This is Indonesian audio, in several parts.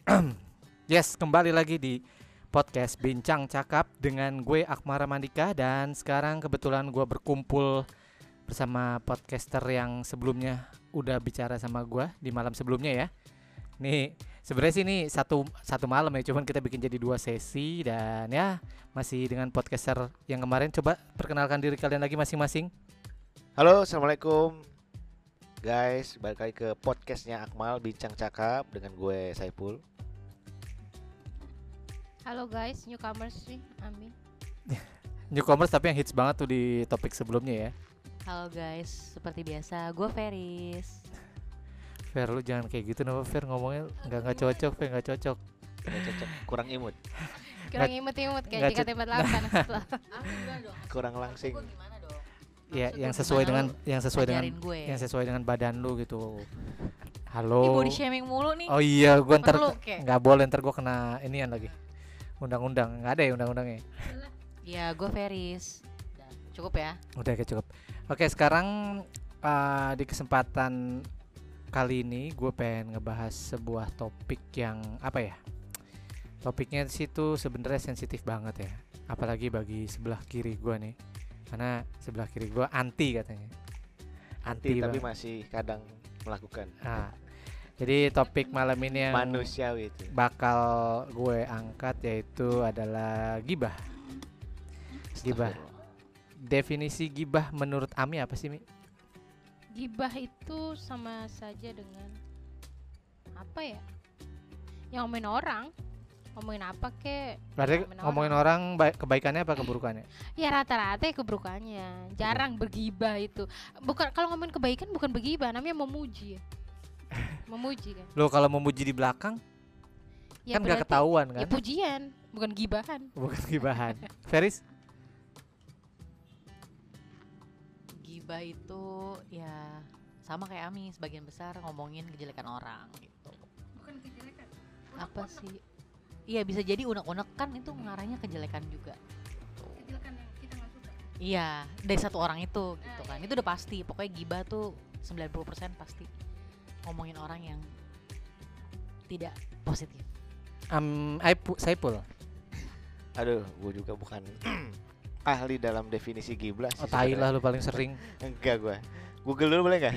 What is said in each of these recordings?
Yes, kembali lagi di podcast Bincang Cakap dengan gue Akmara Mandika. Dan sekarang kebetulan gue berkumpul bersama podcaster yang sebelumnya udah bicara sama gue di malam sebelumnya ya. Nih sebenarnya sih ini satu malam ya, cuman kita bikin jadi 2 sesi. Dan ya masih dengan podcaster yang kemarin. Coba perkenalkan diri kalian lagi masing-masing. Halo, assalamualaikum guys, balik lagi ke podcastnya Akmal Bincang Cakap dengan gue Saiful. Halo guys, newcomers nih, Amin. Newcomers tapi yang hits banget tuh di topik sebelumnya ya. Halo guys, seperti biasa, gue Feris. Fer, lu jangan kayak gitu nama Fer, ngomongnya nggak cocok, Fer, nggak cocok. Nggak cocok, kurang imut, Kurang imut-imut nggak kayak JKT48 setelah. kurang langsing. Ya, yang Maksud sesuai lu dengan Ajarin gue. yang sesuai dengan badan lu gitu. Ini Halo. body shaming mulu nih. Oh iya, gua ntar Perlu, kayak. nggak boleh, ntar gua kena inian lagi. Undang-undang, nggak ada ya undang-undangnya. Ya, gue Feris. Cukup ya. Udah kayak cukup. Oke, sekarang di kesempatan kali ini gue pengen ngebahas sebuah topik yang apa ya? Topiknya situ sebenarnya sensitif banget ya. Apalagi bagi sebelah kiri gue nih. Karena sebelah kiri gue anti katanya. Anti tapi banget. masih kadang melakukan. Nah, jadi topik malam ini yang Manusiawi itu. bakal gue angkat yaitu adalah gibah. Gibah. Astagfirullah. Definisi gibah menurut Ami apa sih, Mi? Gibah itu sama saja dengan apa ya? Yang ngomongin orang, ngomongin apa kek? Berarti ngomongin orang kebaikannya apa keburukannya? Ya rata-rata ya keburukannya. Jarang bergibah itu. Bukan kalau ngomongin kebaikan bukan bergibah, namanya memuji. Memuji kan? Lo kalau memuji di belakang Ya kan nggak berarti- ketahuan Ya kan? pujian, bukan gibahan. Bukan gibahan. Feris? Gibah itu ya sama kayak Ami, sebagian besar ngomongin kejelekan orang gitu. Bukan kejelekan. Apa sih? Iya, bisa jadi unek-unek kan itu mengarahnya kejelekan juga. Kejelekan yang kita nggak suka. Iya, dari satu orang itu gitu kan. Itu udah pasti. Pokoknya gibah tuh 90% pasti ngomongin orang yang tidak positif. Saipul. Aduh, gue juga bukan ahli dalam definisi gibah Oh, sih tai lah sebenarnya. lu paling sering. Enggak gue. Google dulu boleh nggak?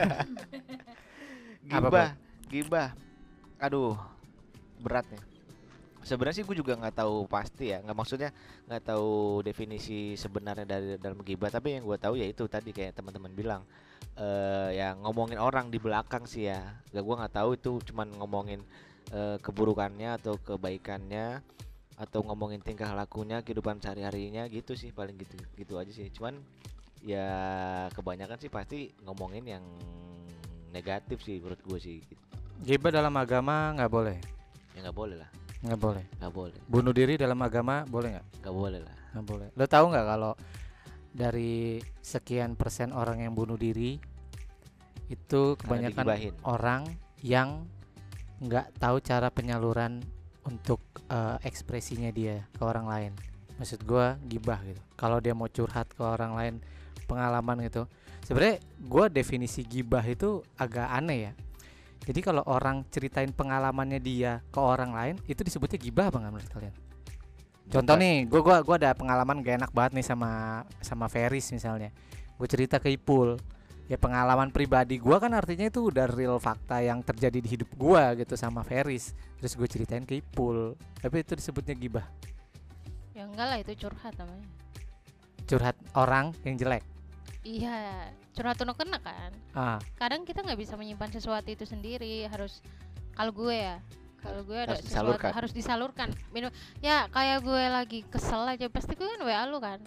Apa, Gibah, gibah. Aduh, berat nih. Sebenarnya sih gue juga nggak tahu pasti ya, nggak maksudnya nggak tahu definisi sebenarnya dari dalam gibah, tapi yang gue tahu ya itu tadi kayak teman-teman bilang, yang ngomongin orang di belakang sih ya. Gue nggak tahu itu cuman ngomongin keburukannya atau kebaikannya atau ngomongin tingkah lakunya, kehidupan sehari-harinya gitu sih, paling gitu aja sih. Cuman ya kebanyakan sih pasti ngomongin yang negatif sih menurut gue sih gitu. Gibah dalam agama nggak boleh. Ya nggak boleh lah, Nggak boleh. nggak boleh, Bunuh diri dalam agama boleh nggak? nggak boleh lah. Nggak boleh. Lo tahu nggak kalau dari sekian persen orang yang bunuh diri itu Karena kebanyakan digibahin. orang yang nggak tahu cara penyaluran untuk ekspresinya dia ke orang lain. Maksud gua gibah gitu. Kalau dia mau curhat ke orang lain pengalaman gitu. Sebenarnya gua definisi gibah itu agak aneh ya. Jadi kalau orang ceritain pengalamannya dia ke orang lain itu disebutnya gibah apa nggak menurut kalian? Contoh Bukan. nih, gua ada pengalaman gak enak banget nih sama Feris misalnya. Gue cerita ke Ipul. Ya pengalaman pribadi gua kan artinya itu udah real fakta yang terjadi di hidup gua gitu sama Feris. Terus gue ceritain ke Ipul. Tapi itu disebutnya gibah. Ya enggak lah, itu curhat namanya. Curhat orang yang jelek. Iya, curhat unek kena kan. Ah, Kadang kita nggak bisa menyimpan sesuatu itu sendiri, harus kalau gue ya, kalau gue ada Harus sesuatu disalurkan. harus disalurkan. Ya kayak gue lagi kesel aja pasti gue kan WA lu kan.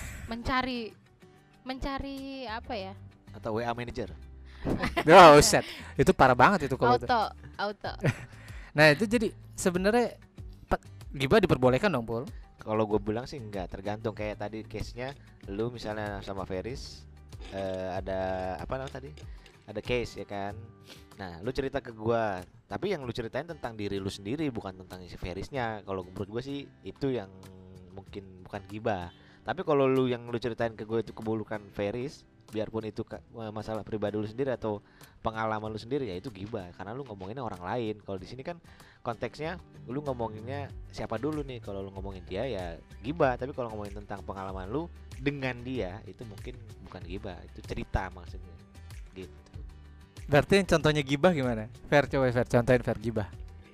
mencari apa ya? Atau WA manager. oh set. Itu parah banget itu kalau itu. Auto. Nah, itu jadi sebenarnya gibah diperbolehkan dong, Pul. Kalau gue bilang sih enggak, tergantung kayak tadi case-nya lu misalnya sama Feris, ada apa namanya tadi? Ada case ya kan. Nah, lu cerita ke gua, tapi yang lu ceritain tentang diri lu sendiri bukan tentang si Ferisnya. Kalau menurut gua sih itu yang mungkin bukan gibah. Tapi kalau lu yang lu ceritain ke gue itu keburukan Feris biarpun itu masalah pribadi lu sendiri atau pengalaman lu sendiri, ya itu gibah karena lu ngomonginnya orang lain. Kalau di sini kan konteksnya lu ngomonginnya siapa dulu nih. Kalau lu ngomongin dia ya gibah, tapi kalau ngomongin tentang pengalaman lu dengan dia itu mungkin bukan gibah, itu cerita maksudnya gitu. Berarti yang contohnya gibah gimana? Fair, coba Fair contohin Fair gibah.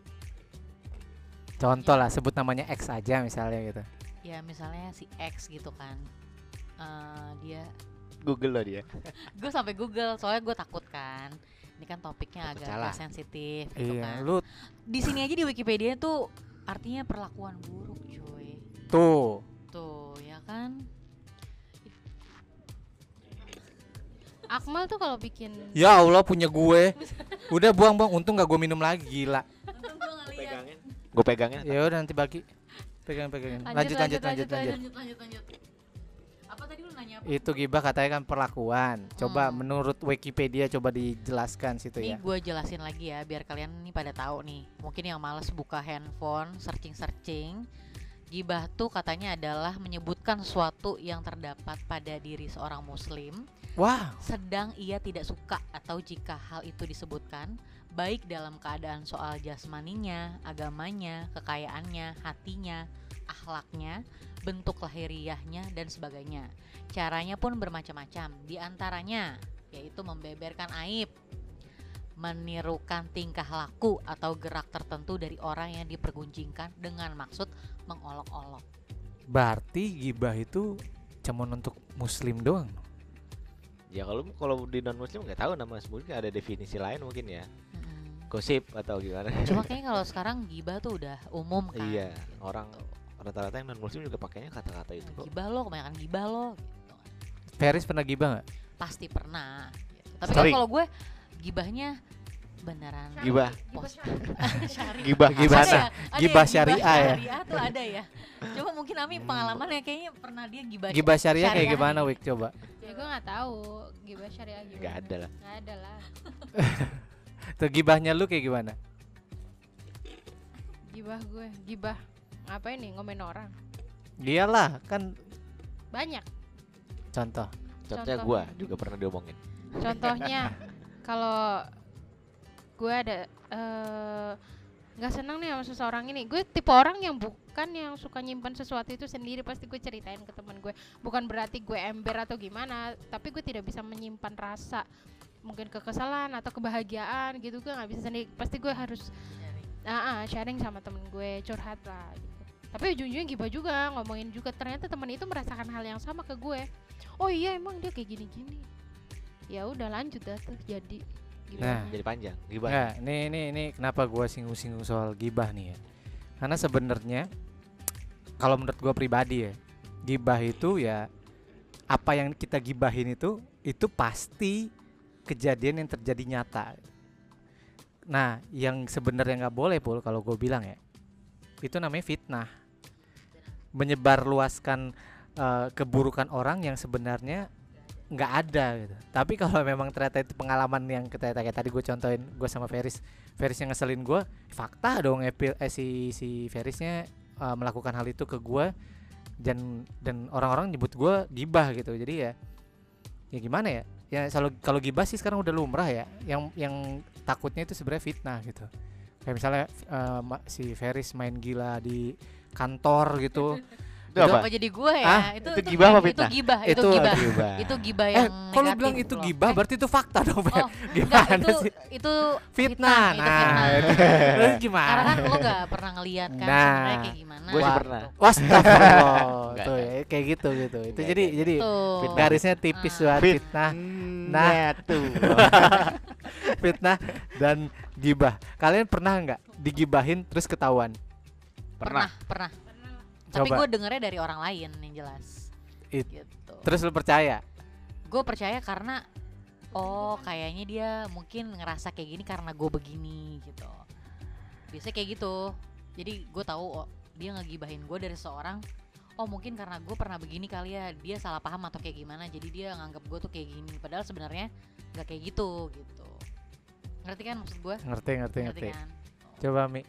Contoh lah, sebut namanya X aja misalnya gitu. Ya misalnya si X gitu kan, dia Google loh dia. gue sampai Google soalnya gue takut kan, ini kan topiknya Takut agak salah. sensitif gitu Iya, kan. lu Di sini aja di Wikipedia tuh artinya perlakuan buruk cuy, tuh. tuh ya kan. Akmal tuh kalau bikin Ya Allah punya gue. Udah buang-buang, untung gak gue minum lagi, gila. Pegangin. Gue pegangin. Ya udah nanti bagi. Pegang-pegangin. Lanjut. Lanjut. Apa tadi lu nanya apa? Itu gibah katanya kan perlakuan. Coba Hmm. menurut Wikipedia coba dijelaskan situ Nih ya. gue jelasin lagi ya biar kalian nih pada tahu nih. Mungkin yang males buka handphone, searching. Gibah tuh katanya adalah menyebutkan sesuatu yang terdapat pada diri seorang muslim Wah, sedang ia tidak suka, atau jika hal itu disebutkan baik dalam keadaan soal jasmaninya, agamanya, kekayaannya, hatinya, akhlaknya, bentuk lahiriahnya dan sebagainya. Caranya pun bermacam-macam, di antaranya yaitu membeberkan aib, menirukan tingkah laku atau gerak tertentu dari orang yang dipergunjingkan dengan maksud mengolok-olok. berarti gibah itu cuma untuk muslim doang. Ya kalau di non muslim nggak tahu, nama mungkin ada definisi lain mungkin ya, Mm-mm. gosip atau gimana. Cuma kayaknya kalau sekarang gibah tuh udah umum kan. Iya, gitu. orang rata-rata yang non muslim juga pakainya kata-kata itu kok. Gibah lo, kebanyakan gibah lo gitu. Feris pernah gibah nggak? Pasti pernah gitu. Tapi kan Sering. kalau gue gibahnya beneran Gibah. pos syariah. Gibah Gibah gimana? sah. Gibah syariah ya? Syariah tuh ada ya. Coba mungkin Ami pengalamannya kayaknya pernah dia gibah. Gibah syariah kayak syariah gimana, nih. Wik? Coba. ya gue nggak tahu gibah syariah gimana. Nggak ada lah. Nggak ada lah. Tuh gibahnya lu kayak gimana? Gibah ngapain nih ngomen orang? Iyalah, kan Banyak. contoh. Contohnya gua juga pernah diomongin. Contohnya kalau gue ada nggak senang nih sama seseorang ini, gue tipe orang yang bukan yang suka nyimpan sesuatu itu sendiri, pasti gue ceritain ke teman gue. Bukan berarti gue ember atau gimana, tapi gue tidak bisa menyimpan rasa, mungkin kekesalan atau kebahagiaan gitu, gue nggak bisa sendiri, pasti gue harus sharing sama temen gue, curhat lah gitu. Tapi ujung-ujungnya gibah juga, ngomongin juga ternyata teman itu merasakan hal yang sama ke gue. Oh iya emang dia kayak gini-gini. Ya udah lanjut dah tuh jadi Nah, Jadi panjang. Gibah. Nggak, ini kenapa gua singgung-singgung soal gibah nih ya? Karena sebenarnya kalau menurut gua pribadi ya, gibah itu ya apa yang kita gibahin itu pasti kejadian yang terjadi nyata. Nah, yang sebenarnya nggak boleh Pul, kalau gue bilang ya, itu namanya fitnah, menyebarluaskan keburukan orang yang sebenarnya nggak ada gitu. Tapi kalau memang ternyata itu pengalaman yang kayak tadi gue contohin, gue sama Feris yang ngeselin gue, fakta dong si Ferisnya melakukan hal itu ke gue, dan orang-orang nyebut gue gibah gitu. Jadi ya gimana ya? Ya kalau gibah sih sekarang udah lumrah ya. Yang takutnya itu sebenarnya fitnah gitu. Kayak misalnya si Feris main gila di kantor gitu. Itu apa? Apa jadi gue ya? Hah? Itu gibah apa fitnah? Itu gibah, Itu Gibah. Itu gibah yang Kalau negatif bilang itu loh. gibah berarti itu fakta dong, Fer. Oh, Gimana enggak, sih? itu Fitnah. itu Nah, fitnah. terus Karena gimana? kan lo gak pernah ngeliat kan Nah. sebenarnya kayak gimana. Gua sih Wah. pernah. Astagfirullah. Enggak, Tuh enggak. ya, kayak gitu. Itu Enggak, jadi Tuh. garisnya tipis Ah. banget fitnah, Nah, tuh. fitnah dan gibah. Kalian pernah nggak digibahin terus ketahuan? Pernah. Pernah. Tapi Coba. gue dengernya dari orang lain yang jelas. It- Gitu. Terus lu percaya? Gue percaya karena kayaknya dia mungkin ngerasa kayak gini karena gue begini gitu. Biasanya kayak gitu. Jadi gue tahu dia ngegibahin gue dari seorang. Oh mungkin karena gue pernah begini kali ya, dia salah paham atau kayak gimana, jadi dia nganggap gue tuh kayak gini. Padahal sebenarnya nggak kayak gitu. Ngerti kan maksud gue? Ngerti. kan? Coba Mi,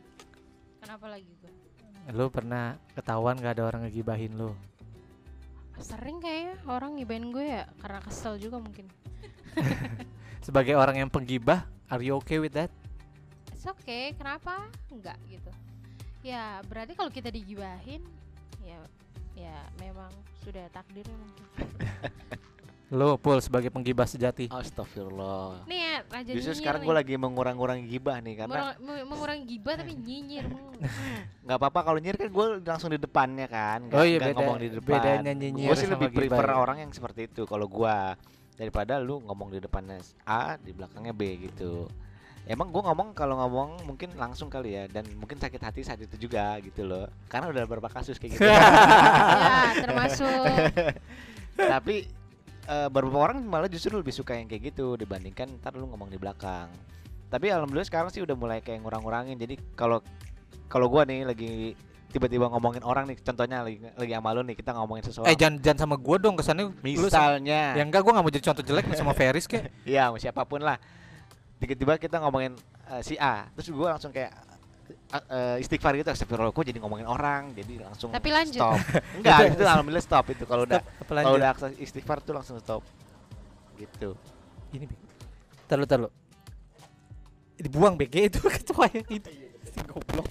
kenapa lagi gue? lu pernah ketahuan gak ada orang ngegibahin lu? Sering kayaknya orang ngibain gue ya karena kesel juga mungkin. Sebagai orang yang penggibah, are you okay with that? It's okay, kenapa? Enggak gitu. Ya berarti kalau kita digibahin, ya memang sudah takdirnya mungkin. Lo Pul sebagai penggibah sejati. Astagfirullah. Nih ya, raja Justru nyinyir sekarang nih. gue lagi mengurangi gibah nih karena mengurangi gibah tapi nyinyir mulu. nggak apa-apa kalau nyir kan gue langsung di depannya kan. Oh iya, nggak beda- ngomong di depan. bedanya nyinyir Gue sih sama lebih gibah prefer ya. orang yang seperti itu kalau gue daripada lu ngomong di depannya A di belakangnya B gitu. Emang gue kalau ngomong mungkin langsung kali ya dan mungkin sakit hati saat itu juga gitu loh karena udah beberapa kasus kayak gitu. Ya termasuk Tapi beberapa orang malah justru lebih suka yang kayak gitu dibandingkan ntar lu ngomong di belakang. Tapi alhamdulillah sekarang sih udah mulai kayak ngurang-ngurangin. Jadi kalau gua nih lagi tiba-tiba ngomongin orang nih, contohnya lagi sama lu nih kita ngomongin sesuatu. Jangan sama gua dong, kesannya lu Misalnya, ya enggak, gua nggak mau jadi contoh jelek nih sama Feris kek. iya sama siapapun lah. Tiba-tiba kita ngomongin si A, terus gua langsung kayak istighfar gitu, astagfirullah, kok jadi ngomongin orang, jadi langsung Tapi lanjut. stop. Enggak, itu alhamdulillah stop itu kalau udah Apa kalau lanjut? udah akses istighfar tuh langsung stop. Gitu. Ini taruh. Dibuang BG itu ketua yang itu. Si goblok.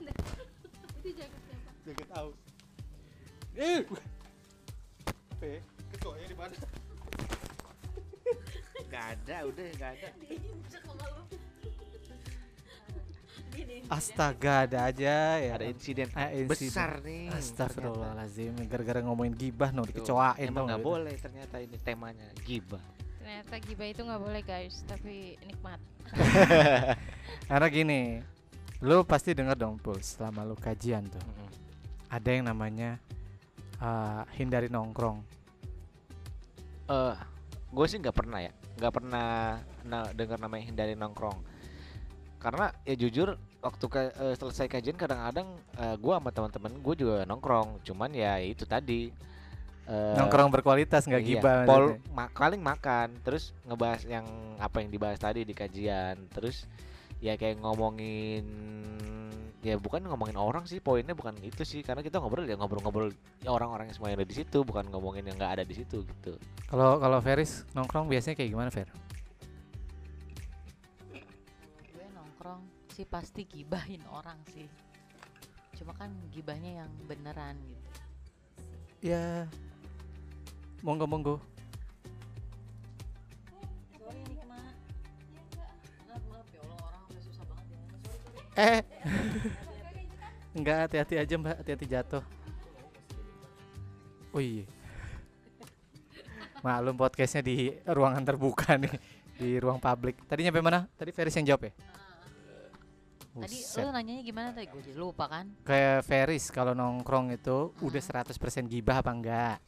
Jaga tahu. Ketuanya di mana? Enggak ada, udah enggak ada. Astaga, ada aja ya. Ada insiden Insiden. besar nih. Astagfirullahaladzim, gara-gara ngomongin gibah no dikecoain Emang tau nggak nggak? boleh ternyata ini temanya gibah. ternyata gibah itu nggak boleh guys, tapi nikmat. Karena gini, lu pasti denger dong Pul, selama lu kajian tuh ada yang namanya hindari nongkrong. Gue sih nggak pernah dengar namanya hindari nongkrong. Karena ya jujur waktu selesai kajian kadang-kadang gue sama teman-teman gue juga nongkrong, cuman ya itu tadi Nongkrong berkualitas nggak iya, gibah maksudnya. paling makan terus ngebahas yang apa yang dibahas tadi di kajian, terus ya kayak ngomongin ya bukan ngomongin orang sih, poinnya bukan itu sih, karena kita ngobrol-ngobrol ya orang-orang yang semua yang ada di situ, bukan ngomongin yang nggak ada di situ gitu. Kalau Feris nongkrong biasanya kayak gimana Fer? Gue nongkrong sih pasti gibahin orang sih. Cuma kan gibahnya yang beneran gitu. Ya monggo. Sorry nih kemana? Maaf ya Allah, orang udah susah banget ya. Enggak, hati-hati aja Mbak, hati-hati jatuh. Oh iya. Maklum podcastnya di ruangan terbuka nih, di ruang publik. Tadi nyampe mana? Tadi Feris yang jawab ya? Tadi Buset. lu nanyanya gimana tadi? Gue jadi lupa kan. Kayak Feris kalau nongkrong itu udah 100% gibah apa enggak?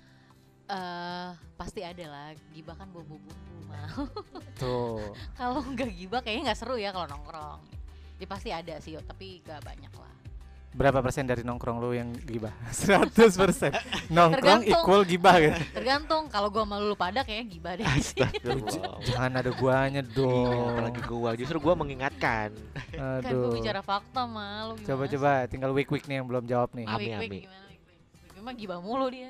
Pasti ada lah, gibah kan bumbu-bumbu mah. Tuh. Kalau nggak gibah kayaknya nggak seru ya kalau nongkrong. Jadi pasti ada sih, tapi nggak banyak lah. Berapa persen dari nongkrong lu yang gibah? 100%. Nongkrong Tergantung. equal gibah gitu. Tergantung, kalau gua sama lu pada kayaknya gibah deh. Astagfirullah. Jangan ada guanya Iya, dong. apalagi gua justru gua mengingatkan. Kan gua Aduh. bicara fakta mah, lu gimana Coba tinggal week nih yang belum jawab nih. sih? Ami, Wik-wik ami. gimana wik-wik? Wik mah gibah mulu dia.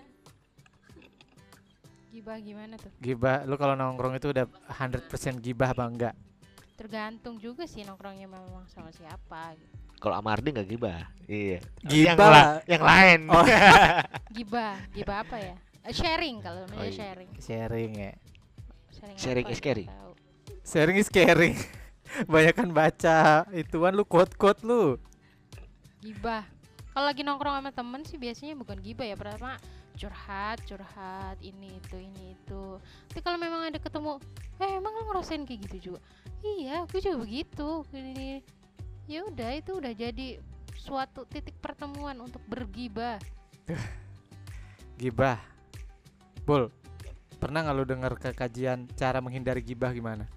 Gibah gimana tuh? Gibah, lu kalau nongkrong itu udah 100% gibah apa enggak? Tergantung juga sih nongkrongnya memang sama siapa gitu. Kalau sama Ardi nggak gibah. Iya. Gibah. Yang lain. Oh. Gibah apa ya? Sharing kalau namanya iya. sharing. Sharing ya. Sharing apa is ya? caring. Tahu. Sharing is caring. Banyakan baca ituan lu quote lu. Gibah. Kalau lagi nongkrong sama temen sih biasanya bukan gibah ya, pertama curhat ini itu. Tapi kalau memang ada ketemu, emang lo ngerasain kayak gitu juga? Iya, aku juga begitu. Gini. Ya udah, itu udah jadi suatu titik pertemuan untuk bergibah. Gibah. Bul, pernah nggak lu denger kajian cara menghindari gibah gimana?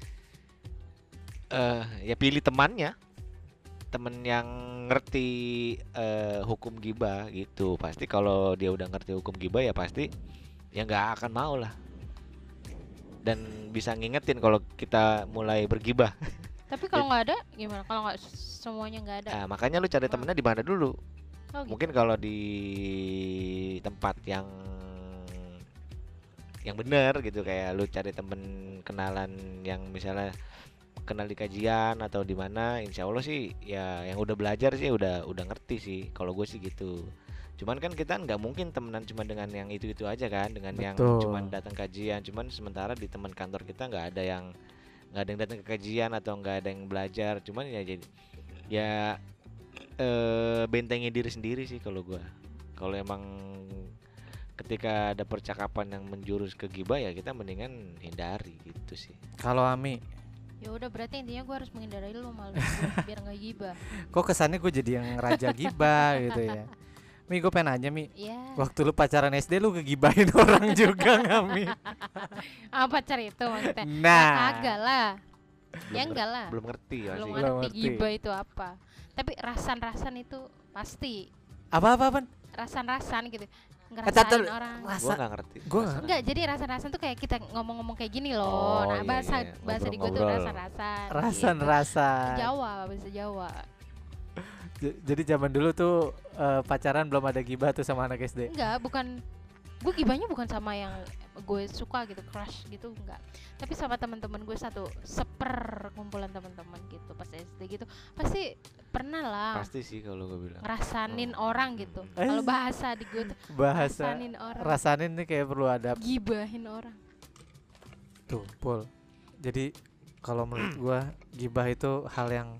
Ya pilih temannya. Temen yang ngerti hukum gibah gitu. Pasti kalau dia udah ngerti hukum gibah ya pasti ya nggak akan mau lah. Dan bisa ngingetin kalau kita mulai bergibah. Tapi kalau nggak ada gimana? Kalau nggak semuanya nggak ada? Nah, makanya lu cari temennya di mana dulu. Oh, gitu. Mungkin kalau di tempat yang yang bener gitu, kayak lu cari temen kenalan yang misalnya kenal di kajian atau di mana, insya Allah sih ya yang udah belajar sih udah ngerti sih kalau gue sih gitu. Cuman kan kita nggak mungkin temenan cuma dengan yang itu aja kan, dengan yang Betul. cuman datang kajian. Cuman sementara di teman kantor kita nggak ada yang datang ke kajian atau nggak ada yang belajar. Cuman ya jadi ya bentengin diri sendiri sih kalau gua. Kalau emang ketika ada percakapan yang menjurus ke gibah ya kita mendingan hindari gitu sih. Kalau Ami, Ya udah berarti intinya gue harus menghindari lu malu biar nggak gibah. kok kesannya gue jadi yang raja gibah gitu ya. Mi, gue pengen nanya Mi, Iya. waktu lu pacaran SD lu kegibahin orang juga nggak Mi? Apa pacar itu maksudnya? Nah, Kagak lah. Ya Belum enggak lah. Belum ngerti ya Belum sih. Belum ngerti ngerti. gibah itu apa. Tapi rasan-rasan itu pasti. apa? Rasan-rasan gitu. Tar, Ngerasain orang. Gua nggak ngerti. Gua Rasan. Enggak, jadi rasan-rasan tuh kayak kita ngomong-ngomong kayak gini loh. Oh, Nah, iya, bahasa iya. bahasa di gue tuh Ngobrol-ngobrol. rasan-rasan. Rasan-rasan. Gitu. Jawa, bahasa Jawa. Jadi zaman dulu tuh pacaran belum ada gibah tuh sama anak SD. Enggak, bukan gue gibahnya bukan sama yang gue suka gitu, crush gitu, enggak. Tapi sama teman-teman gue satu kumpulan teman-teman gitu pas SD gitu. Pasti pernah lah Pasti sih kalau gua bilang. ngerasanin orang gitu. Eh. Kalau bahasa di gue tuh Bahasa ngerasanin orang, rasanin nih kayak perlu ada gibahin orang. tuh, Pul. Jadi kalau menurut gua gibah itu hal yang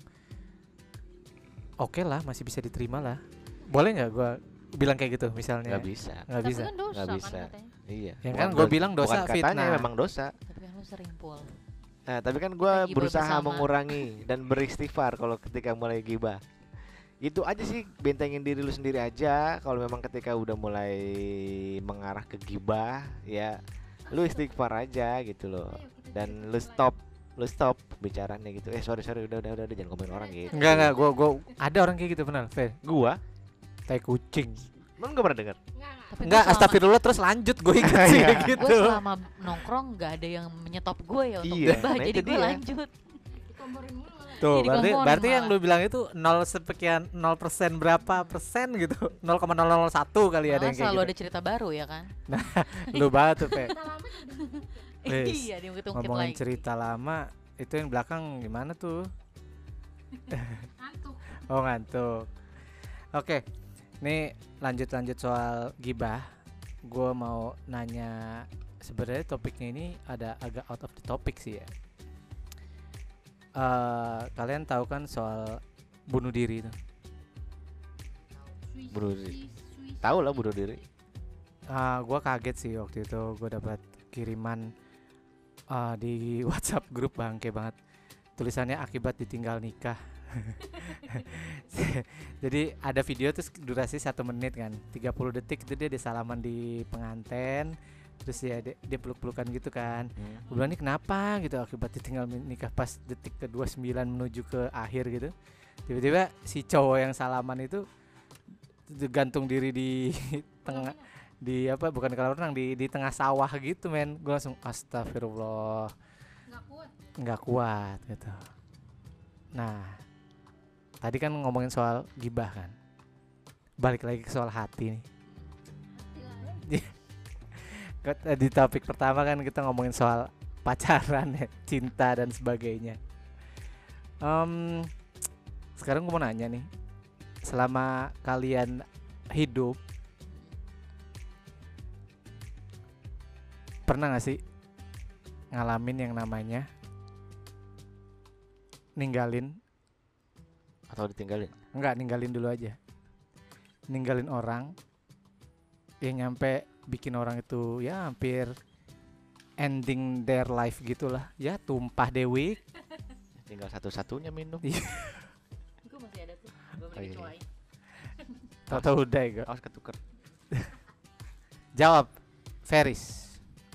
oke lah, masih bisa diterima lah. Boleh nggak gua bilang kayak gitu misalnya? Nggak bisa. Nggak Tapi bisa. kan dosa Nggak kan bisa. katanya. Iya. Ya Bukan kan gua bilang dosa, bukan katanya fitnah. memang dosa. Tapi kan lu sering Pul. Nah, tapi kan gua Gibah berusaha bersama. mengurangi dan beristighfar kalau ketika mulai gibah. Itu aja sih, bentengin diri lu sendiri aja. Kalau memang ketika udah mulai mengarah ke gibah, ya lu istighfar aja gitu loh. Dan lu stop bicaranya gitu. Sorry udah jangan ngomongin orang gitu. Enggak, gua ada orang kayak gitu benar, Fe. Gua Tai kucing. emang gak pernah dengar. Tapi Enggak, gua selama- astagfirullah terus lanjut gue ingat sih kayak Gue gitu. selama nongkrong nggak ada yang menyetop gue ya untuk Iya, gibah, nah jadi itu gue dia. lanjut. Tuh, Jadi berarti komporin berarti yang malah. lu bilang itu 0 sekian 0% berapa persen gitu. 0,001 kali ada Malah yang kayak selalu gitu. ada cerita baru ya kan. Lu banget tuh, Fe. Wes, Iya, diungkit-ungkit ngomongin lagi. cerita lama, itu yang belakang gimana tuh? Ngantuk. Oh, ngantuk. Oke. Nih lanjut soal gibah. Gua mau nanya, sebenarnya topiknya ini ada agak out of the topic sih ya. Kalian tahu kan soal bunuh diri itu? Bunuh diri. Tahu lah bunuh diri. Gua kaget sih waktu itu gua dapat kiriman di WhatsApp grup, bangke banget. Tulisannya akibat ditinggal nikah. Jadi ada video terus durasi 1 menit kan, 30 detik itu dia disalaman di pengantin, terus ya dia peluk-pelukan gitu kan. Gue bilang, ini kenapa gitu akibat ditinggal nikah, pas detik ke-29 menuju ke akhir gitu. Tiba-tiba si cowok yang salaman itu gantung diri di tengah, di apa, bukan kolam renang, di tengah sawah gitu men. Gue langsung astagfirullah, nggak kuat gitu. Nah, tadi kan ngomongin soal gibah kan, balik lagi ke soal hati nih. Di topik pertama kan kita ngomongin soal pacaran ya, cinta dan sebagainya. Sekarang gue mau nanya nih, selama kalian hidup, pernah gak sih ngalamin yang namanya ninggalin? Atau ditinggalin? Enggak, ninggalin dulu aja. Ninggalin orang yang nyampe bikin orang itu ya hampir ending their life gitulah. Ya tumpah dewi. Tinggal satu-satunya minum. Gue masih ada tuh. Gue Oh, iya. kecuain. Tahu-tahu udah ya. Awas ketuker. Jawab, Feris.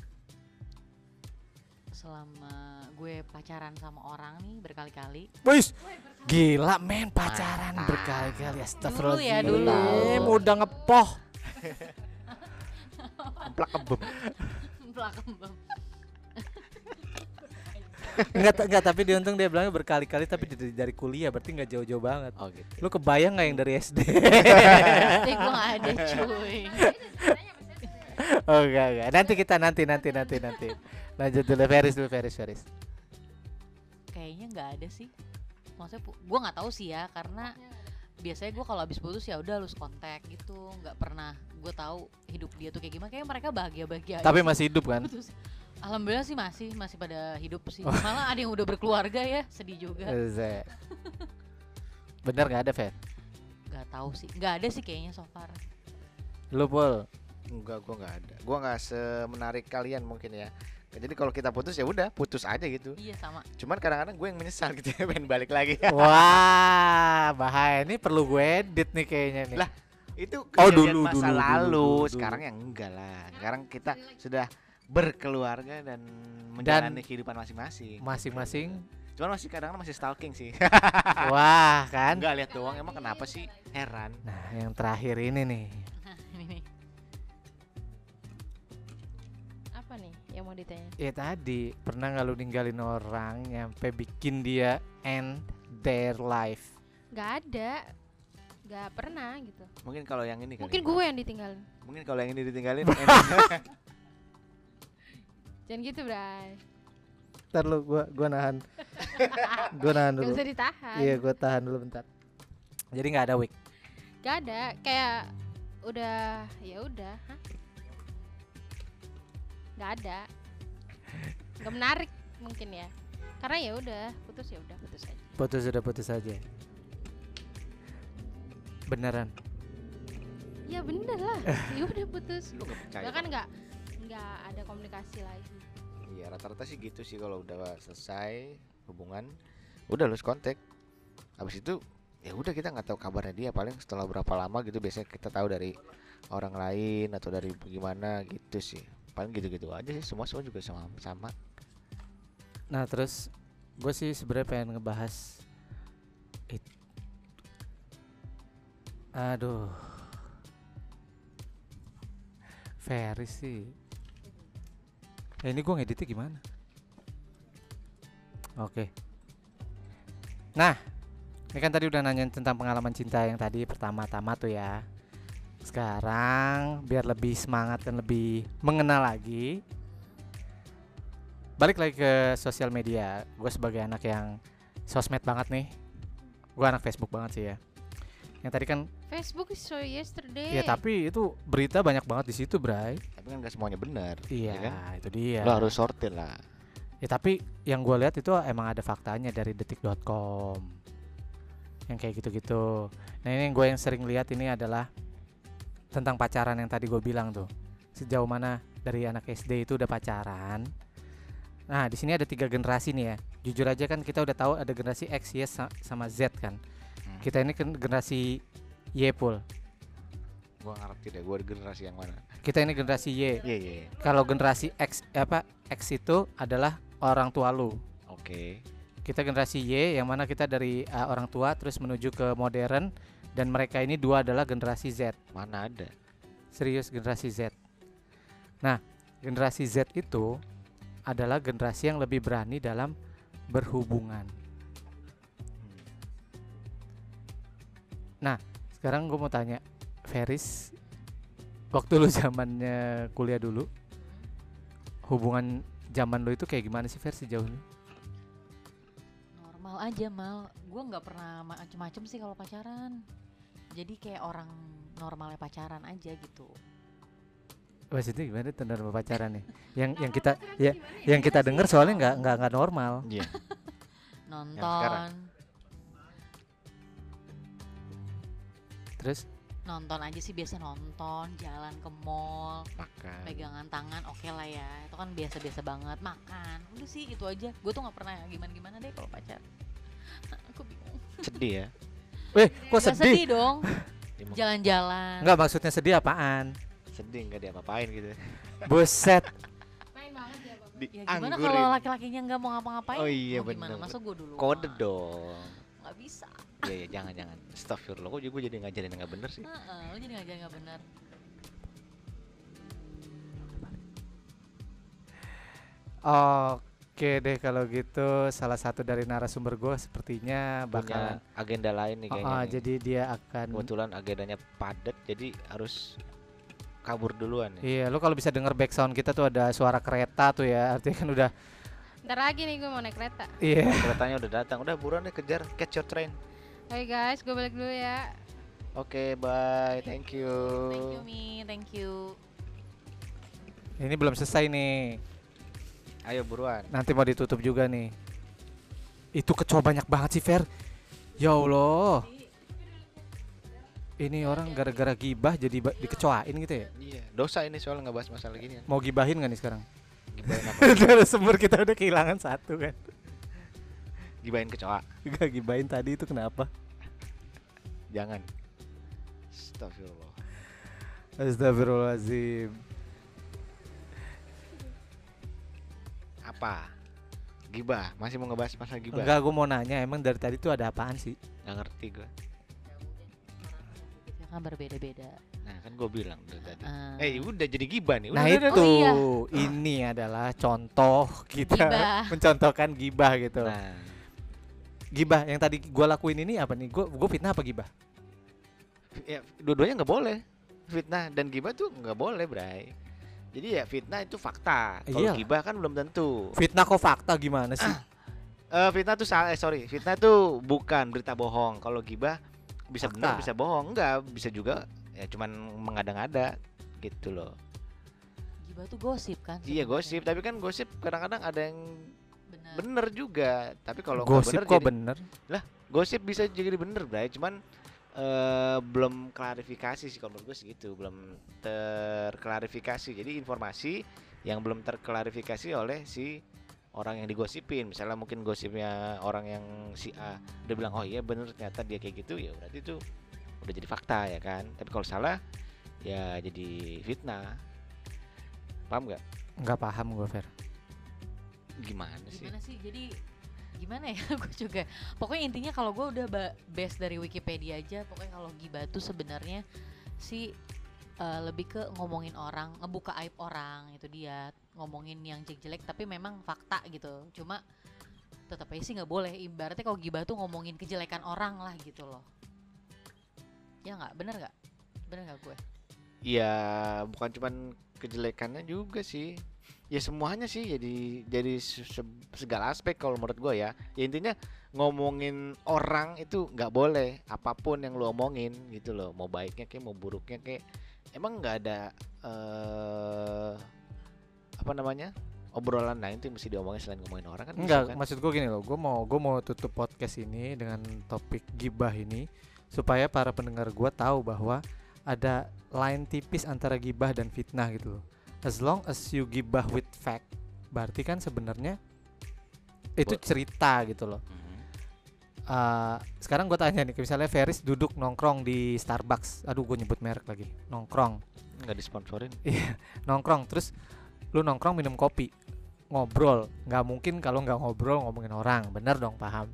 Selama gue pacaran sama orang nih berkali-kali, Wis, gila men, pacaran berkali-kali. Astagfirullahaladzim. Dulu. Udah ngepoh. Plak kebem. belakang. Enggak, tapi diuntung dia bilangnya berkali-kali, tapi dari kuliah, berarti nggak jauh-jauh banget. Oh gitu. Lu kebayang nggak yang dari SD? Gue gak ada cuy. Oh enggak. Nanti. Lanjut dulu Feris. Kayaknya nggak ada sih. Maksudnya gue nggak tahu sih ya, karena biasanya gue kalau habis putus ya udah lose kontak gitu, nggak pernah gue tahu hidup dia tuh kayak gimana. Kayak mereka bahagia aja Tapi sih. masih hidup kan? Putus. Alhamdulillah sih masih pada hidup sih. Malah ada yang udah berkeluarga ya, sedih juga. Zek. Bener nggak ada Fer? Nggak tahu sih, nggak ada sih kayaknya so far. Lu Pul? Enggak, gua nggak ada. Gua nggak semenarik kalian mungkin ya. Jadi kalau kita putus ya udah putus aja gitu. Iya sama. Cuman kadang-kadang gue yang menyesal gitu ya, pengen balik lagi. Wah, bahaya. Ini perlu gue edit nih kayaknya nih. Lah, itu Oh, kejadian dulu, masa dulu. lalu. Sekarang yang enggak lah. Sekarang kita sudah berkeluarga dan menjalani kehidupan masing-masing. Masing-masing. Cuman masih kadang-kadang masih stalking sih. Wah, kan? Enggak lihat doang, emang kenapa sih? Heran. Nah, yang terakhir ini nih. Ini nih. Apa nih yang mau ditanya? Ya tadi, pernah nggak lu ninggalin orang nyampe bikin dia end their life? Gak ada, gak pernah gitu. Mungkin kalau yang ini kali. Mungkin gue yang ditinggalin. Mungkin kalau yang ini ditinggalin. Jangan gitu, Bray. Ntar lu, gua nahan. Gua nahan Gak dulu. usah ditahan. Iya, gua tahan dulu bentar. Jadi nggak ada week. Gak ada, kayak udah ya udah. Hah? Gak ada. Gak menarik mungkin ya. Karena ya udah putus aja. Putus aja. Beneran. Ya bener lah. Ya udah putus. Lu nggak percaya? Bahkan nggak ada komunikasi lagi. Iya, rata-rata sih gitu sih kalau udah selesai hubungan, udah lose kontak. Habis itu ya udah kita nggak tahu kabarnya dia, paling setelah berapa lama gitu biasanya kita tahu dari orang lain atau dari gimana gitu sih. Paling gitu-gitu aja sih, semua juga sama. Nah, terus gue sih sebenarnya pengen ngebahas aduh. Feris sih. Ini gue ngeditnya gimana? Oke. Nah, ini kan tadi udah nanyain tentang pengalaman cinta yang tadi pertama-tama tuh ya. Sekarang biar lebih semangat dan lebih mengenal lagi, balik lagi ke sosial media. Gue sebagai anak yang sosmed banget nih, gue anak Facebook banget sih ya. Yang tadi kan Facebook is so yesterday. ya, tapi itu berita banyak banget di situ, Bray. Tapi kan nggak semuanya benar. Iya, ya kan? itu dia. Lo harus sortir lah. Ya tapi yang gue lihat itu emang ada faktanya dari detik.com yang kayak gitu-gitu. Nah, ini yang gue yang sering lihat ini adalah tentang pacaran yang tadi gue bilang tuh. Sejauh mana dari anak SD itu udah pacaran. Nah, di sini ada 3 generasi nih ya. Jujur aja kan kita udah tahu ada generasi X, Y sama Z kan. Kita ini kan generasi Y, Pul. Gua ngerti deh, gua generasi yang mana. Kita ini generasi Y. Iya. Kalau generasi X X itu adalah orang tua lu. Oke. Kita generasi Y yang mana kita dari orang tua terus menuju ke modern, dan mereka ini 2 adalah generasi Z. Mana ada? Serius, generasi Z. Nah, generasi Z itu adalah generasi yang lebih berani dalam berhubungan. Nah, sekarang gue mau tanya, Feris, waktu lu zamannya kuliah dulu, hubungan zaman lu itu kayak gimana sih, Feris, sejauh ini? Normal aja, Mal. Gue nggak pernah macem-macem sih kalau pacaran. Jadi kayak orang normalnya pacaran aja gitu. Maksudnya gimana tuh normal pacaran nih? Yang kita dengar soalnya nggak normal. Iya. Nonton, Terus nonton aja sih, biasa nonton, jalan ke mall, Makan. pegangan tangan, oke lah ya. Itu kan biasa-biasa banget. Makan, udah sih itu aja. Gue tuh nggak pernah gimana-gimana deh kalau pacar. Aku bingung. Sedih ya. kok Nggak sedih? sedih dong. Emang Jalan-jalan. Enggak, maksudnya sedih apaan? sedih nggak diapa-apain gitu. Buset. Main banget ya, Bapak. Ya gimana Dianggurin. kalau laki-lakinya nggak mau ngapa-ngapain? Oh iya, Mau gimana? bener. Masa gue dulu? Kode dong. Nggak bisa. Iya, jangan. Astagfirullah, kok gue jadi ngajarin yang nggak bener sih. Lo jadi ngajarin nggak benar. Oke deh kalau gitu, salah satu dari narasumber gue sepertinya bakalan Punya agenda lain nih kayaknya. nih. jadi dia akan Kebetulan agendanya padat, jadi harus kabur duluan ya. Iya, lu kalau bisa denger background kita tuh ada suara kereta tuh ya, artinya kan udah. Ntar lagi nih gue mau naik kereta. Iya. Keretanya udah datang, udah buruan deh kejar, catch your train. Oke guys, gue balik dulu ya. Oke, bye, thank you. Thank you Mi, thank you. Ini belum selesai nih. Ayo buruan. Nanti mau ditutup juga nih. Itu kecoa banyak banget sih, Fer. Ya Allah. Ini orang gara-gara gibah jadi dikecoain gitu ya. Iya, dosa ini soal ngebahas masalah gini kan. Mau gibahin gak nih sekarang? Gibahin apa? Dari sumber kita udah kehilangan satu kan. Gibahin kecoa. Gak gibahin tadi itu kenapa? Jangan. Astagfirullah. Astagfirullahaladzim. Apa? Gibah, masih mau ngebahas masalah gibah? Enggak, gue mau nanya emang dari tadi tuh ada apaan sih? Nggak ngerti gue. Ya kan berbeda-beda. Nah kan gue bilang dari tadi. Ah. Udah jadi gibah nih. Nah Udah, itu Oh, iya. ini adalah contoh kita Gibah. mencontohkan gibah gitu. Nah, Gibah yang tadi gue lakuin ini apa nih? Gue fitnah apa gibah? ya, dua-duanya nggak boleh. Fitnah dan gibah tuh nggak boleh, Bray. Jadi ya fitnah itu fakta. Kalau Iya. gibah kan belum tentu. Fitnah kok fakta gimana sih? Fitnah tuh fitnah tuh bukan berita bohong. Kalau gibah bisa Fakta. benar bisa bohong, enggak bisa juga ya cuman mengada-ngada gitu loh. Gibah tuh gosip kan? Iya sebenarnya. gosip, tapi kan gosip kadang-kadang ada yang Benar. bener juga. Tapi kalau nggak Gosip bener kok jadi bener. gosip bisa jadi bener, Bray. Cuman belum klarifikasi sih kalau menurut gue segitu, belum terklarifikasi. Jadi informasi yang belum terklarifikasi oleh si orang yang digosipin. Misalnya mungkin gosipnya orang yang si A udah bilang oh iya bener ternyata dia kayak gitu, ya berarti itu udah jadi fakta ya kan. Tapi kalau salah ya jadi fitnah. Paham nggak? Nggak paham gue, Fer. Gimana sih? Gimana sih? Jadi gimana ya? Gue juga. Pokoknya intinya kalau gue udah base dari Wikipedia aja, pokoknya kalau gibah tuh sebenarnya sih lebih ke ngomongin orang, ngebuka aib orang, itu dia, ngomongin yang jelek-jelek tapi memang fakta gitu. Cuma tetap aja sih nggak boleh. Ibaratnya kalau gibah tuh ngomongin kejelekan orang lah gitu loh. Ya nggak? Bener nggak? Bener nggak gue? Ya bukan cuman kejelekannya juga sih. Ya semuanya sih jadi segala aspek kalau menurut gue ya. Ya intinya ngomongin orang itu nggak boleh, apapun yang lu omongin gitu loh, mau baiknya kayak mau buruknya kayak, emang nggak ada apa namanya obrolan lain tuh yang mesti diomongin selain ngomongin orang kan? Enggak, bisa kan? maksud gue gini loh. Gue mau tutup podcast ini dengan topik gibah ini supaya para pendengar gue tahu bahwa ada line tipis antara gibah dan fitnah gitu loh. As long as you gibah with fact, berarti kan sebenarnya itu cerita gitu loh. Sekarang gue tanya nih, misalnya Ferris duduk nongkrong di Starbucks. Aduh, gue nyebut merek lagi. Nongkrong. Nggak disponsorin. Iya, nongkrong. Terus lu nongkrong minum kopi, ngobrol. Nggak mungkin kalau nggak ngobrol ngomongin orang. Bener dong, paham.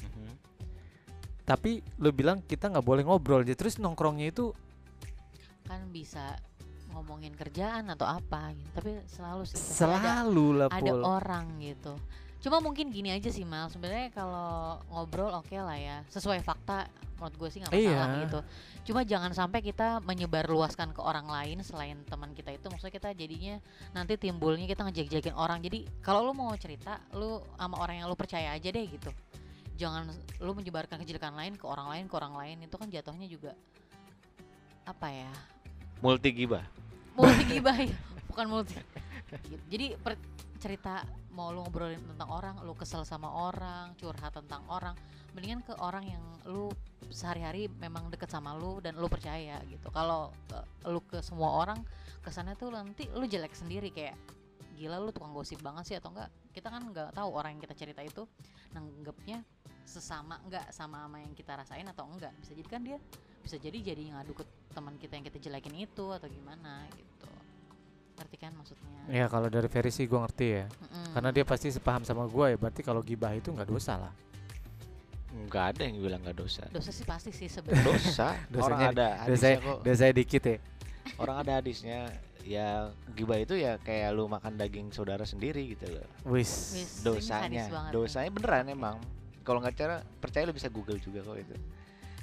Tapi lu bilang kita nggak boleh ngobrol. Jadi terus nongkrongnya itu Kan bisa ngomongin kerjaan atau apa gitu. Tapi selalu sih pasti selalu lah, ada Pul. orang gitu. Cuma mungkin gini aja sih Mal, sebenarnya kalau ngobrol oke lah ya, sesuai fakta menurut gue sih nggak masalah Iya. gitu. Cuma jangan sampai kita menyebarluaskan ke orang lain selain teman kita itu, maksudnya kita jadinya nanti timbulnya kita ngejek-jekin orang. Jadi kalau lu mau cerita, lu sama orang yang lu percaya aja deh gitu. Jangan lu menyebarkan kejelekan lain ke orang lain, itu kan jatuhnya juga apa ya? Multi gibah. Multi gibah ya, bukan multi. Jadi cerita mau lu ngobrolin tentang orang, lu kesel sama orang, curhat tentang orang, mendingan ke orang yang lu sehari-hari memang deket sama lu dan lu percaya gitu. Kalau lu ke semua orang, kesannya tuh nanti lu jelek sendiri, kayak gila lu tukang gosip banget sih atau enggak. Kita kan nggak tahu orang yang kita cerita itu nanggepnya sesama enggak sama yang kita rasain atau enggak. Bisa jadi kan dia jadi ngadu ke teman kita yang kita jelekin itu atau gimana gitu. Ngerti kan maksudnya? Ya kalau dari Ferry sih gue ngerti ya. Mm-mm. Karena dia pasti sepaham sama gue ya. Berarti kalau gibah itu nggak dosa lah. Nggak ada yang bilang nggak dosa. Dosa sih pasti sih sebenarnya. Dosa. Orang Dosanya- ada hadisnya kok. Dosanya dikit ya. Orang ada hadisnya. Ya gibah itu ya kayak lu makan daging saudara sendiri gitu loh. Wis. Wis. Dosanya Ini sadis banget dosanya beneran emang. Kalau nggak percaya lu bisa Google juga kok itu.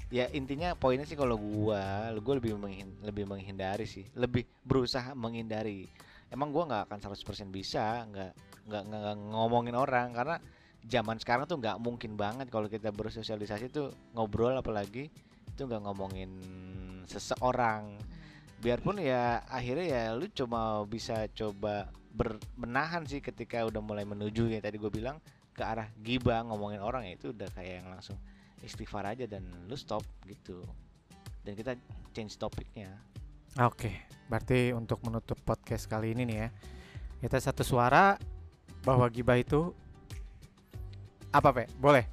Ya intinya poinnya sih kalau gua lebih menghindari sih, lebih berusaha menghindari. Emang gua nggak akan 100% bisa nggak ngomongin orang, karena zaman sekarang tuh nggak mungkin banget kalau kita bersosialisasi tuh ngobrol, apalagi itu nggak ngomongin seseorang. Biarpun ya akhirnya ya lu cuma bisa coba menahan sih ketika udah mulai menuju yang tadi gue bilang ke arah gibah, ngomongin orang, ya itu udah kayak yang langsung istighfar aja dan lu stop gitu. Dan kita change topiknya. Oke, berarti untuk menutup podcast kali ini nih ya, kita satu suara bahwa gibah itu apa, Pe? Boleh?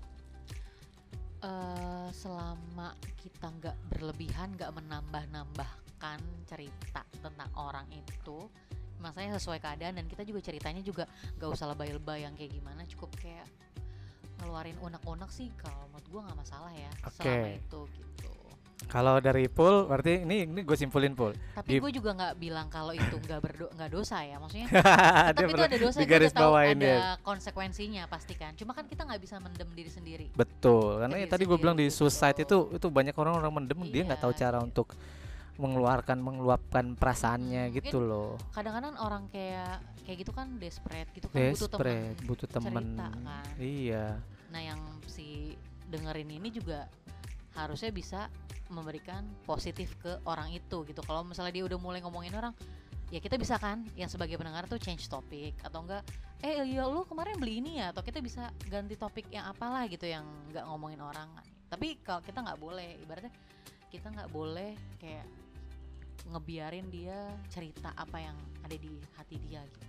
Selama kita nggak berlebihan, nggak menambah-nambahkan cerita tentang orang itu, maksudnya sesuai keadaan, dan kita juga ceritanya juga nggak usah lebay-lebay yang kayak gimana, cukup kayak ngeluarin unek-unek sih kalau menurut gue nggak masalah ya. Oke. Selama itu gitu. Kalau dari Pul, berarti ini gue simpulin Pul. Tapi gue juga nggak bilang kalau itu nggak dosa ya, maksudnya Dia tapi itu pernah ada dosa, di gue garis udah tahu bawain ada dia. konsekuensinya pasti kan. Cuma kan kita nggak bisa mendem diri sendiri. Betul, karena Diri ya tadi gue bilang di sendiri suicide gitu. itu banyak orang mendem, dia nggak tahu Iya, cara gitu. untuk meluapkan perasaannya Mungkin gitu loh. Kadang-kadang orang kayak gitu kan desperate gitu kan, butuh teman, Desperate, butuh temen. cerita kan. Iya, Nah yang si dengerin ini juga harusnya bisa memberikan positif ke orang itu gitu. Kalau misalnya dia udah mulai ngomongin orang, ya kita bisa kan yang sebagai pendengar tuh change topik, atau enggak ya lu kemarin beli ini ya, atau kita bisa ganti topik yang apalah gitu yang nggak ngomongin orang. Tapi kalau kita nggak boleh, ibaratnya kita nggak boleh kayak ngebiarin dia cerita apa yang ada di hati dia gitu.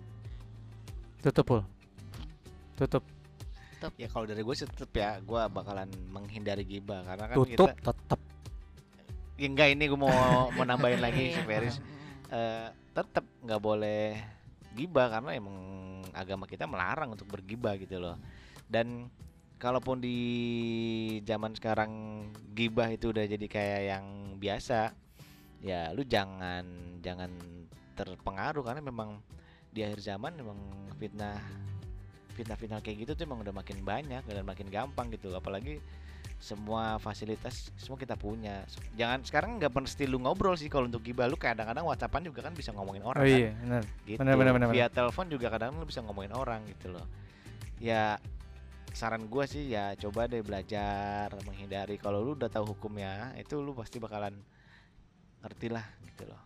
tutup Pul, tutup, Ya kalau dari gue sih tetep ya, gue bakalan menghindari gibah karena kan tutup, kita tetap. ya enggak, ini gue mau nambahin lagi si Iya. Feris. Tetap nggak boleh gibah karena emang agama kita melarang untuk bergibah gitu loh. Dan kalaupun di zaman sekarang gibah itu udah jadi kayak yang biasa, ya lu jangan terpengaruh, karena memang di akhir zaman memang fitnah kayak gitu tuh emang udah makin banyak dan makin gampang gitu, apalagi semua fasilitas semua kita punya. Jangan sekarang nggak mesti lu ngobrol sih kalau untuk gibah, lu kadang-kadang WhatsAppan juga kan bisa ngomongin orang Oh kan, iya, benar. gitu. Benar. Via telepon juga kadang lu bisa ngomongin orang gitu loh. Ya saran gua sih ya coba deh belajar menghindari. Kalau lu udah tahu hukumnya, itu lu pasti bakalan ngerti lah gitu loh.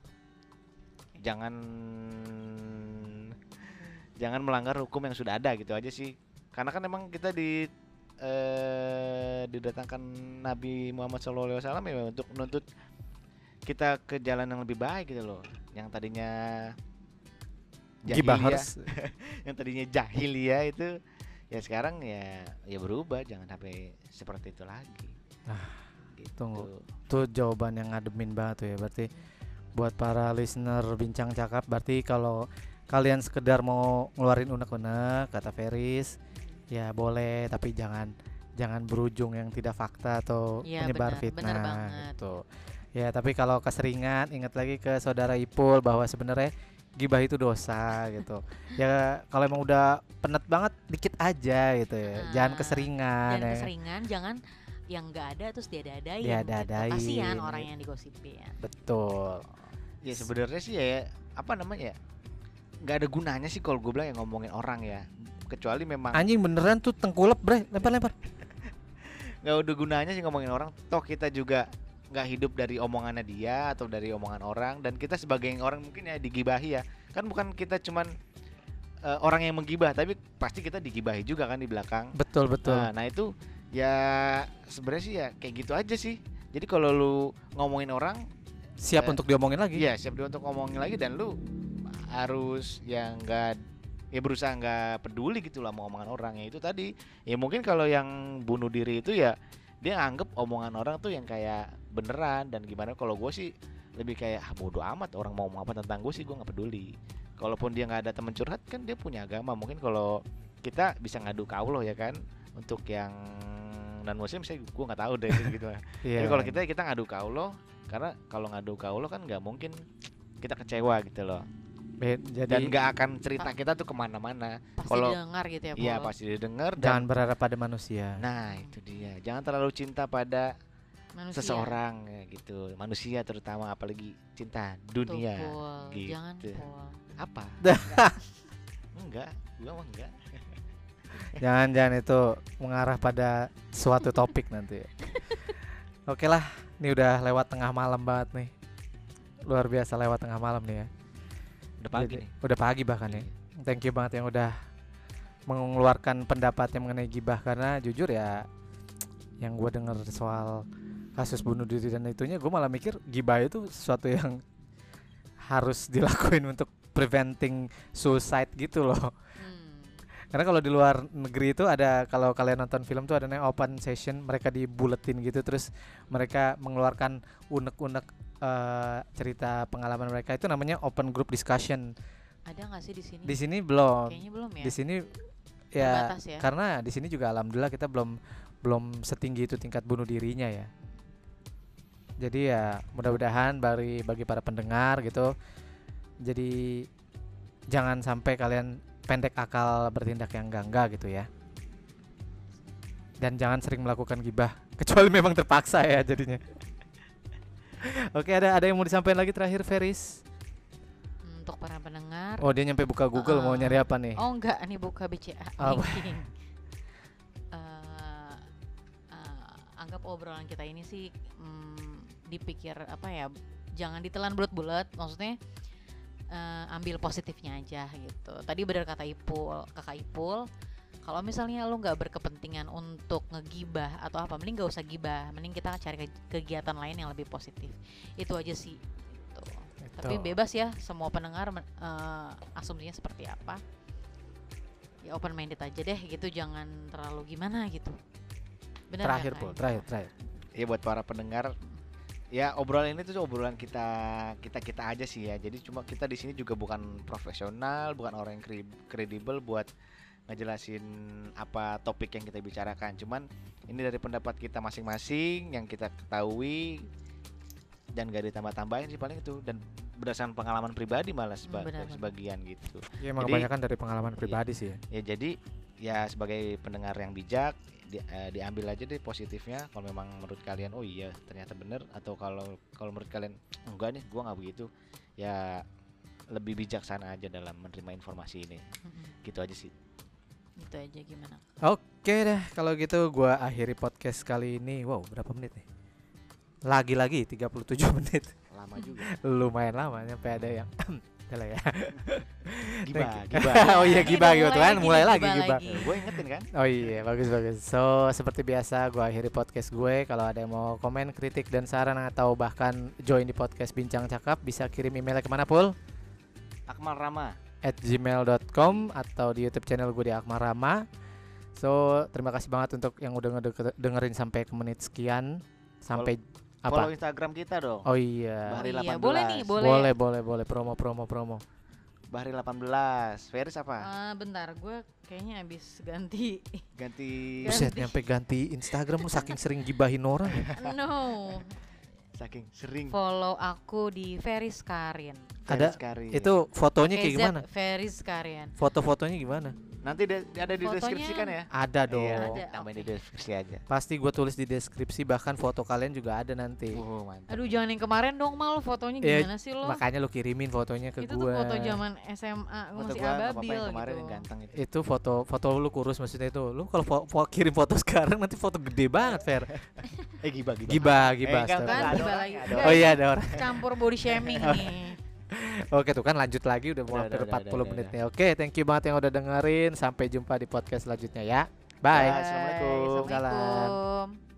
Jangan melanggar hukum yang sudah ada gitu aja sih. Karena kan emang kita didatangkan Nabi Muhammad SAW ya untuk menuntut kita ke jalan yang lebih baik gitu loh. Yang tadinya Gibah jahiliyah, harus yang tadinya jahiliyah itu ya sekarang ya berubah, jangan sampai seperti itu lagi. Gitu. tunggu. Tuh jawaban yang ngademin banget tuh ya. Berarti buat para listener Bincang Cakap, berarti kalau kalian sekedar mau ngeluarin unek-unek kata Feris, ya boleh, tapi jangan berujung yang tidak fakta atau Iya, menyebar benar fitnah banget. gitu. Ya, tapi kalau keseringan, ingat lagi ke saudara Ipul bahwa sebenarnya gibah itu dosa gitu. Ya kalau emang udah penet banget dikit aja gitu ya. Jangan keseringan. Jangan ya. keseringan, jangan yang nggak ada terus diada-adain. Diada-adain. Gitu. Kasihan orang yang digosipin. Betul. Ya sebenarnya sih ya apa namanya ya, nggak ada gunanya sih kalau gue bilang yang ngomongin orang ya, kecuali memang Anjing beneran tuh tengkulap, bre. Lempar. nggak ada gunanya sih ngomongin orang. Toh kita juga nggak hidup dari omongannya dia atau dari omongan orang, dan kita sebagai orang mungkin ya digibahi ya kan, bukan kita cuman orang yang menggibah, tapi pasti kita digibahi juga kan di belakang. Betul. Nah itu ya sebenarnya sih ya kayak gitu aja sih. Jadi kalau lu ngomongin orang, Siap untuk diomongin lagi. iya siap dia untuk ngomongin lagi, dan lu harus yang enggak ya berusaha nggak peduli gitu lah mau omongan orang. Ya itu tadi ya, mungkin kalau yang bunuh diri itu ya dia anggap omongan orang tuh yang kayak beneran, dan gimana. Kalau gue sih lebih kayak bodo amat orang mau ngomong apa tentang gue sih, gue nggak peduli. Kalaupun dia nggak ada teman curhat kan dia punya agama. Mungkin kalau kita bisa ngadu ke Allah ya kan, untuk yang non muslim saya gue nggak tahu deh gitu. Iya. Tapi kalau kita ngadu ke Allah, karena kalau ngadu ke Allah kan nggak mungkin kita kecewa gitu loh, Jadi dan nggak akan cerita kita tuh kemana-mana. Pasti Kalau didengar gitu ya. iya Pul. pasti didengar. jangan Dan berharap pada manusia. nah itu dia, jangan terlalu cinta pada Manusia. seseorang ya gitu, manusia terutama, apalagi cinta dunia. Tuh, Pul. gitu. Jangan Pul. Apa? Enggak, gua mah enggak. Jangan itu mengarah pada suatu topik nanti. Oke lah, ini udah lewat tengah malam banget nih. Luar biasa lewat tengah malam nih ya. Udah pagi Jadi, nih. udah pagi bahkan ya. Thank you banget yang udah mengeluarkan pendapatnya mengenai gibah, karena jujur ya yang gue denger soal kasus bunuh diri dan itunya, gue malah mikir gibah itu sesuatu yang harus dilakuin untuk preventing suicide gitu loh. Karena kalau di luar negeri itu ada, kalau kalian nonton film tuh ada namanya open session, mereka dibuletin gitu, terus mereka mengeluarkan unek-unek cerita pengalaman mereka, itu namanya open group discussion. Ada nggak sih di sini? Di sini belum. Kayaknya belum ya. Di sini ya, Terbatas ya. karena di sini juga alhamdulillah kita belum setinggi itu tingkat bunuh dirinya ya. Jadi ya mudah-mudahan bagi para pendengar gitu, jadi jangan sampai kalian pendek akal bertindak yang enggak gitu ya. Dan jangan sering melakukan gibah kecuali memang terpaksa ya jadinya. Oke, ada yang mau disampaikan lagi terakhir, Feris? Untuk para pendengar. Oh, dia nyampe buka Google mau nyari apa nih? Oh enggak, nih buka BCA. Apa? Banking. Anggap obrolan kita ini sih dipikir apa ya, jangan ditelan bulat-bulat, maksudnya ambil positifnya aja gitu. Tadi benar kata kakak Ipul, kalau misalnya lu nggak berkepentingan untuk ngegibah atau apa, mending nggak usah gibah, mending kita cari kegiatan lain yang lebih positif. Itu aja sih gitu. Tapi bebas ya semua pendengar asumsinya seperti apa, ya open minded aja deh gitu, jangan terlalu gimana gitu. Bener Terakhir, gak, Pul, Kak? terakhir. Ya buat para pendengar, ya obrolan ini tuh obrolan kita aja sih ya. Jadi cuma kita di sini juga bukan profesional, bukan orang yang kredibel buat ngejelasin apa topik yang kita bicarakan. Cuman ini dari pendapat kita masing-masing yang kita ketahui, dan gak ditambah-tambahin sih paling itu, dan berdasarkan pengalaman pribadi malah Benar. sebagian gitu. Ya emang Jadi- kebanyakan dari pengalaman pribadi sih ya. Ya jadi ya sebagai pendengar yang bijak, diambil aja deh positifnya. Kalau memang menurut kalian oh iya ternyata bener, atau kalau menurut kalian enggak nih gua nggak begitu, ya lebih bijaksana aja dalam menerima informasi ini. Gitu aja sih. Itu aja gimana? Oke deh, kalau gitu gua akhiri podcast kali ini. Wow, berapa menit nih? Lagi-lagi 37 menit. Lama juga. Lumayan lama, nyampe ada yang lah ya. Gibah. Oh iya, gibah Ini gitu udah kan, mulai lagi gibah gibah. Gue ingetin kan. Oh iya, bagus. So, seperti biasa gue akhiri podcast gue. Kalau ada yang mau komen, kritik, dan saran, atau bahkan join di podcast Bincang Cakap, bisa kirim emailnya kemana, Pul? Akmal Rama @gmail.com atau di YouTube channel gue di Akmal Rama. So, terima kasih banget untuk yang udah dengerin sampai ke menit sekian. Sampai follow apa? Instagram kita dong. Oh iya. Bahari iya, 18. boleh nih, boleh. Boleh promo. Bahari 18. Feris apa? Bentar, gue kayaknya habis ganti. Ganti Buset, nyampe ganti Instagram lu saking sering gibahin orang ya. No, saking sering. follow aku di Feris Karin. Ada Feris Kari. itu fotonya kayak KZ gimana? Feris Karin. Foto-fotonya gimana? Nanti ada di Fotonya deskripsi kan ya? Ada dong. Iya, Ada, tambahin di oke. deskripsi aja. Pasti gue tulis di deskripsi, bahkan foto kalian juga ada nanti. Mantap. Aduh, jangan yang kemarin dong, Mal. Fotonya Iya, gimana sih lo? Makanya lu kirimin fotonya ke Itu gue. tuh foto zaman SMA, gue Foto masih gua nggak apa-apa ababil yang kemarin gitu. yang ganteng itu. Itu foto lu kurus, maksudnya itu. Lu kalau kirim foto sekarang nanti foto gede banget, Fer. Gibah. Gibah. enggak, astaga. Kan ada gibah orang, lagi. ada Enggak, Oh iya, ada orang. campur body shaming nih. Oke tuh kan, lanjut lagi udah mau Udah, hampir udah, 40 udah. menit nih. Oke, thank you banget yang udah dengerin. Sampai jumpa di podcast selanjutnya ya. Bye. Assalamualaikum. Salam. Assalamualaikum.